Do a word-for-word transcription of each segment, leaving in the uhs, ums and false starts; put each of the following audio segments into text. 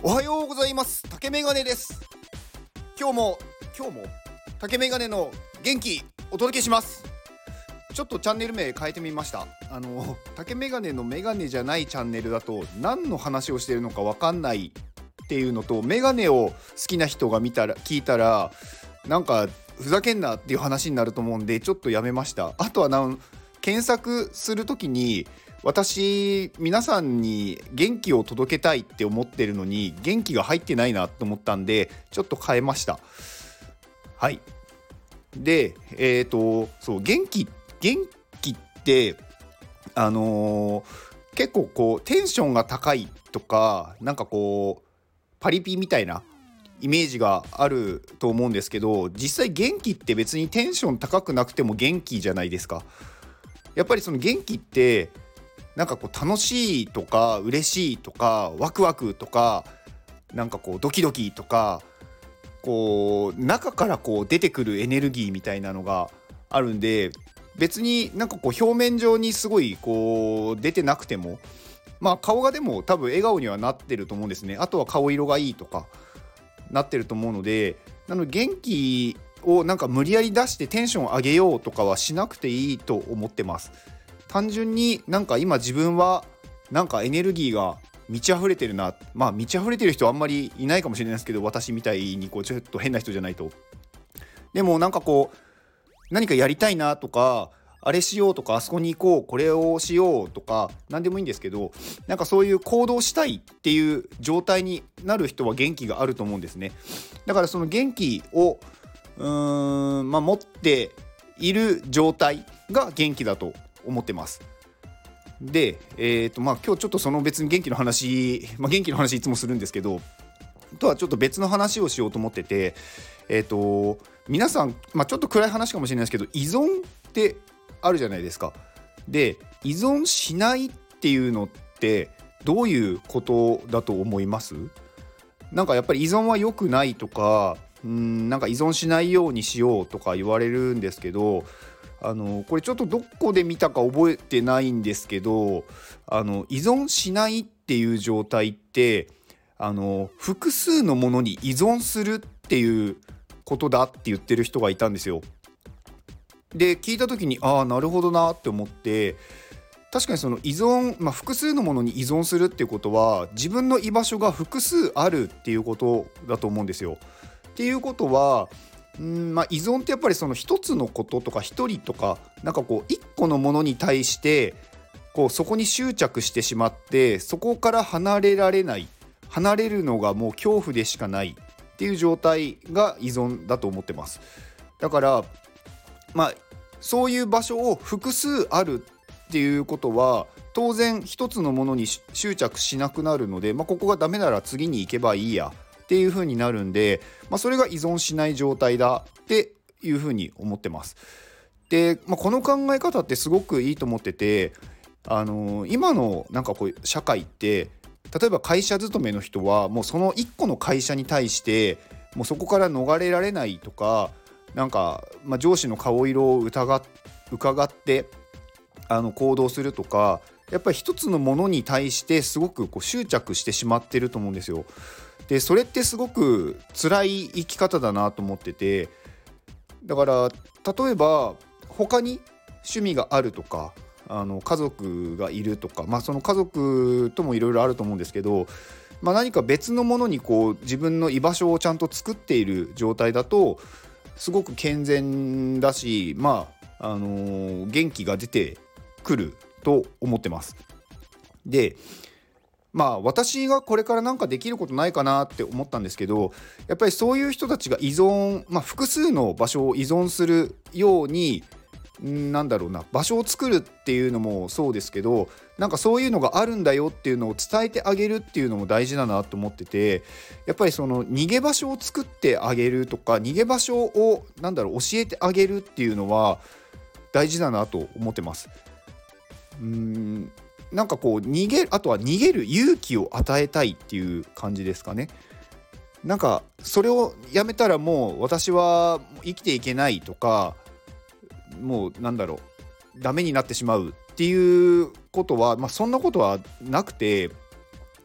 おはようございます。竹メガネです。今日も今日も竹メガネの元気お届けします。ちょっとチャンネル名変えてみました。あの竹メガネのメガネじゃないチャンネルだと何の話をしているのか分かんないっていうのと、メガネを好きな人が見たら聞いたらなんかふざけんなっていう話になると思うんで、ちょっとやめました。あとはなん検索するときに、私皆さんに元気を届けたいって思ってるのに元気が入ってないなと思ったんで、ちょっと変えました。はい。でえっ、ー、とそう元気元気ってあのー、結構こうテンションが高いとか、なんかこうパリピみたいなイメージがあると思うんですけど、実際元気って別にテンション高くなくても元気じゃないですか。やっぱりその元気ってなんかこう楽しいとか嬉しいとかワクワクとか、なんかこうドキドキとか、こう中からこう出てくるエネルギーみたいなのがあるんで、別になんかこう表面上にすごいこう出てなくても、まあ顔がでも多分笑顔にはなってると思うんですね。あとは顔色がいいとかなってると思うので、なので元気をなんか無理やり出してテンションを上げようとかはしなくていいと思ってます。単純になんか今自分はなんかエネルギーが満ち溢れてるな、まあ満ち溢れてる人はあんまりいないかもしれないですけど、私みたいにこうちょっと変な人じゃないと。でもなんかこう何かやりたいなとか、あれしようとか、あそこに行こう、これをしようとか、何でもいいんですけど、なんかそういう行動したいっていう状態になる人は元気があると思うんですね。だからその元気をうーん、まあ、持っている状態が元気だと思ってます。で、えーとまあ、今日ちょっとその別に元気の話、まあ、元気の話いつもするんですけど、とはちょっと別の話をしようと思ってて、えーと皆さん、まあ、ちょっと暗い話かもしれないですけど、依存ってあるじゃないですか。で、依存しないっていうのってどういうことだと思います？なんかやっぱり依存は良くないとか、うーんなんか依存しないようにしようとか言われるんですけど、あのこれちょっとどこで見たか覚えてないんですけど、あの依存しないっていう状態ってあの複数のものに依存するっていうことだって言ってる人がいたんですよ。で聞いた時に、ああなるほどなって思って、確かにその依存、まあ、複数のものに依存するっていうことは自分の居場所が複数あるっていうことだと思うんですよ。っていうことはん、まあ、依存ってやっぱりその一つのこととか一人とか、なんかこう一個のものに対してこうそこに執着してしまって、そこから離れられない、離れるのがもう恐怖でしかないっていう状態が依存だと思ってます。だからまあそういう場所を複数あるっていうことは当然一つのものに執着しなくなるので、まあ、ここがダメなら次に行けばいいやっていう風になるんで、まあ、それが依存しない状態だっていう風に思ってます。で、まあ、この考え方ってすごくいいと思ってて、あのー、今のなんかこう社会って例えば会社勤めの人はもうその一個の会社に対してもうそこから逃れられないとか、なんか、まあ、上司の顔色を疑っ伺ってあの行動するとか、やっぱり一つのものに対してすごくこう執着してしまってると思うんですよ。でそれってすごく辛い生き方だなと思ってて、だから例えば他に趣味があるとか、あの家族がいるとか、まあその家族ともいろいろあると思うんですけど、まあ、何か別のものにこう自分の居場所をちゃんと作っている状態だとすごく健全だし、まああのー、元気が出てくると思ってます。でまあ私がこれからなんかできることないかなって思ったんですけど、やっぱりそういう人たちが依存、まあ、複数の場所を依存するようにんなんだろうな場所を作るっていうのもそうですけど、なんかそういうのがあるんだよっていうのを伝えてあげるっていうのも大事だなと思ってて、やっぱりその逃げ場所を作ってあげるとか、逃げ場所をなんだろう教えてあげるっていうのは大事だなと思ってます。うーんなんかこう逃げあとは逃げる勇気を与えたいっていう感じですかね。なんかそれをやめたらもう私は生きていけないとか、もうなんだろうダメになってしまうっていうことは、まあ、そんなことはなくて、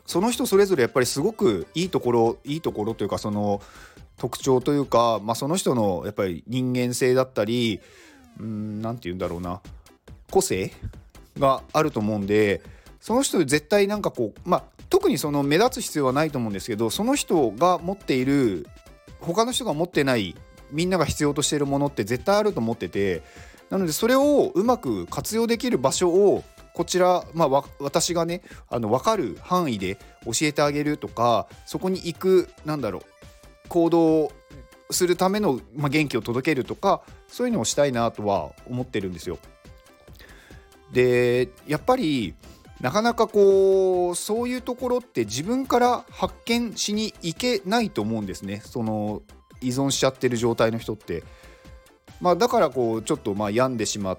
その人それぞれやっぱりすごくいいところいいところというか、その特徴というか、まあ、その人のやっぱり人間性だったり、うーんなんて言うんだろうな、個性があると思うんで、その人絶対なんかこう、まあ特にその目立つ必要はないと思うんですけど、その人が持っている他の人が持ってない、みんなが必要としているものって絶対あると思ってて、なのでそれをうまく活用できる場所をこちら、まあ、私がねあの分かる範囲で教えてあげるとか、そこに行くなんだろう行動するための、まあ、元気を届けるとか、そういうのをしたいなとは思ってるんですよ。でやっぱりなかなかこうそういうところって自分から発見しに行けないと思うんですね、その依存しちゃってる状態の人って。まあ、だからこうちょっとまあ病んでしまって、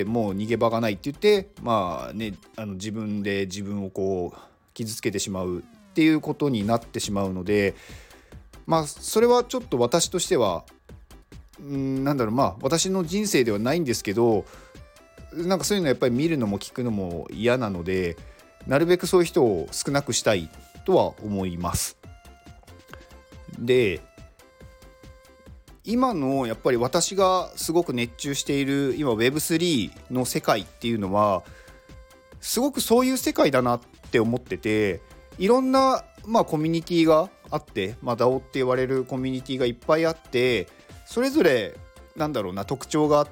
もう逃げ場がないって言って、まあね、あの自分で自分をこう傷つけてしまうっていうことになってしまうので、まあそれはちょっと私としてはんなんだろうまあ私の人生ではないんですけど、なんかそういうのやっぱり見るのも聞くのも嫌なので、なるべくそういう人を少なくしたいとは思います。で今のやっぱり私がすごく熱中している今 ウェブスリー の世界っていうのはすごくそういう世界だなって思ってて、いろんな、まあ、コミュニティがあって、まあ、ダオ って言われるコミュニティがいっぱいあって、それぞれなんだろうな特徴があって、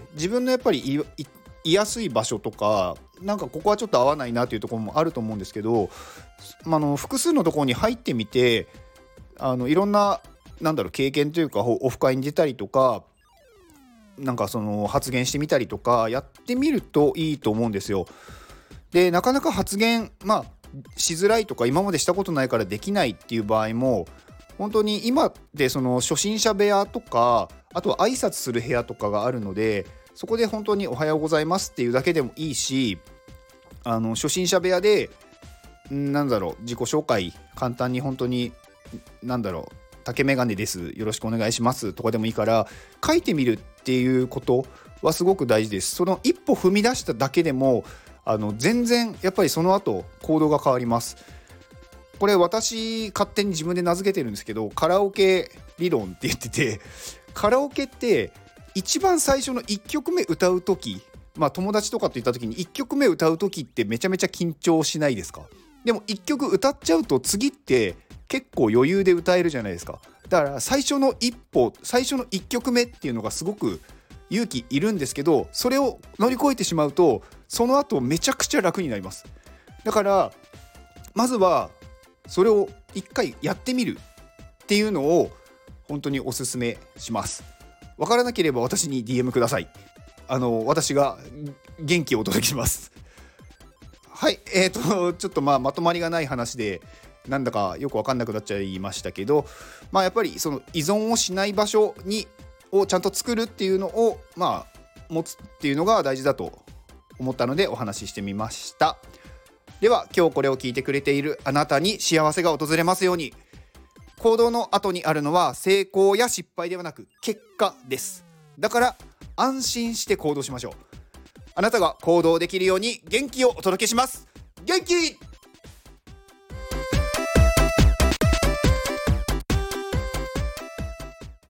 自分のやっぱりいい居やすい場所とか、なんかここはちょっと合わないなというところもあると思うんですけど、まあ、の複数のところに入ってみて、あのいろんななんだろう経験というかオフ会に出たりとか、なんかその発言してみたりとかやってみるといいと思うんですよ。でなかなか発言、まあ、しづらいとか今までしたことないからできないっていう場合も、本当に今でその初心者部屋とか、あとは挨拶する部屋とかがあるので、そこで本当におはようございますっていうだけでもいいし、あの初心者部屋でなんだろう自己紹介簡単に本当になんだろう竹メガネですよろしくお願いしますとかでもいいから書いてみるっていうことはすごく大事です。その一歩踏み出しただけでもあの全然やっぱりその後行動が変わります。これ私勝手に自分で名付けてるんですけど、カラオケ理論って言ってて、カラオケって一番最初のいっきょくめ歌う時、まあ友達とかと言った時にいっきょくめ歌う時ってめちゃめちゃ緊張しないですか？でもいっきょく歌っちゃうと次って結構余裕で歌えるじゃないですか。だから最初の一歩、最初のいっきょくめっていうのがすごく勇気いるんですけど、それを乗り越えてしまうとその後めちゃくちゃ楽になります。だからまずはそれを一回やってみるっていうのを本当におすすめします。わからなければ私に ディーエム ください。あの私が元気をお届けします。はい、えーとちょっとまあまとまりがない話でなんだかよく分かんなくなっちゃいましたけど、まあやっぱりその依存をしない場所にをちゃんと作るっていうのをまあ持つっていうのが大事だと思ったのでお話ししてみました。では今日これを聞いてくれているあなたに幸せが訪れますように。行動の後にあるのは成功や失敗ではなく結果です。だから安心して行動しましょう。あなたが行動できるように元気をお届けします。元気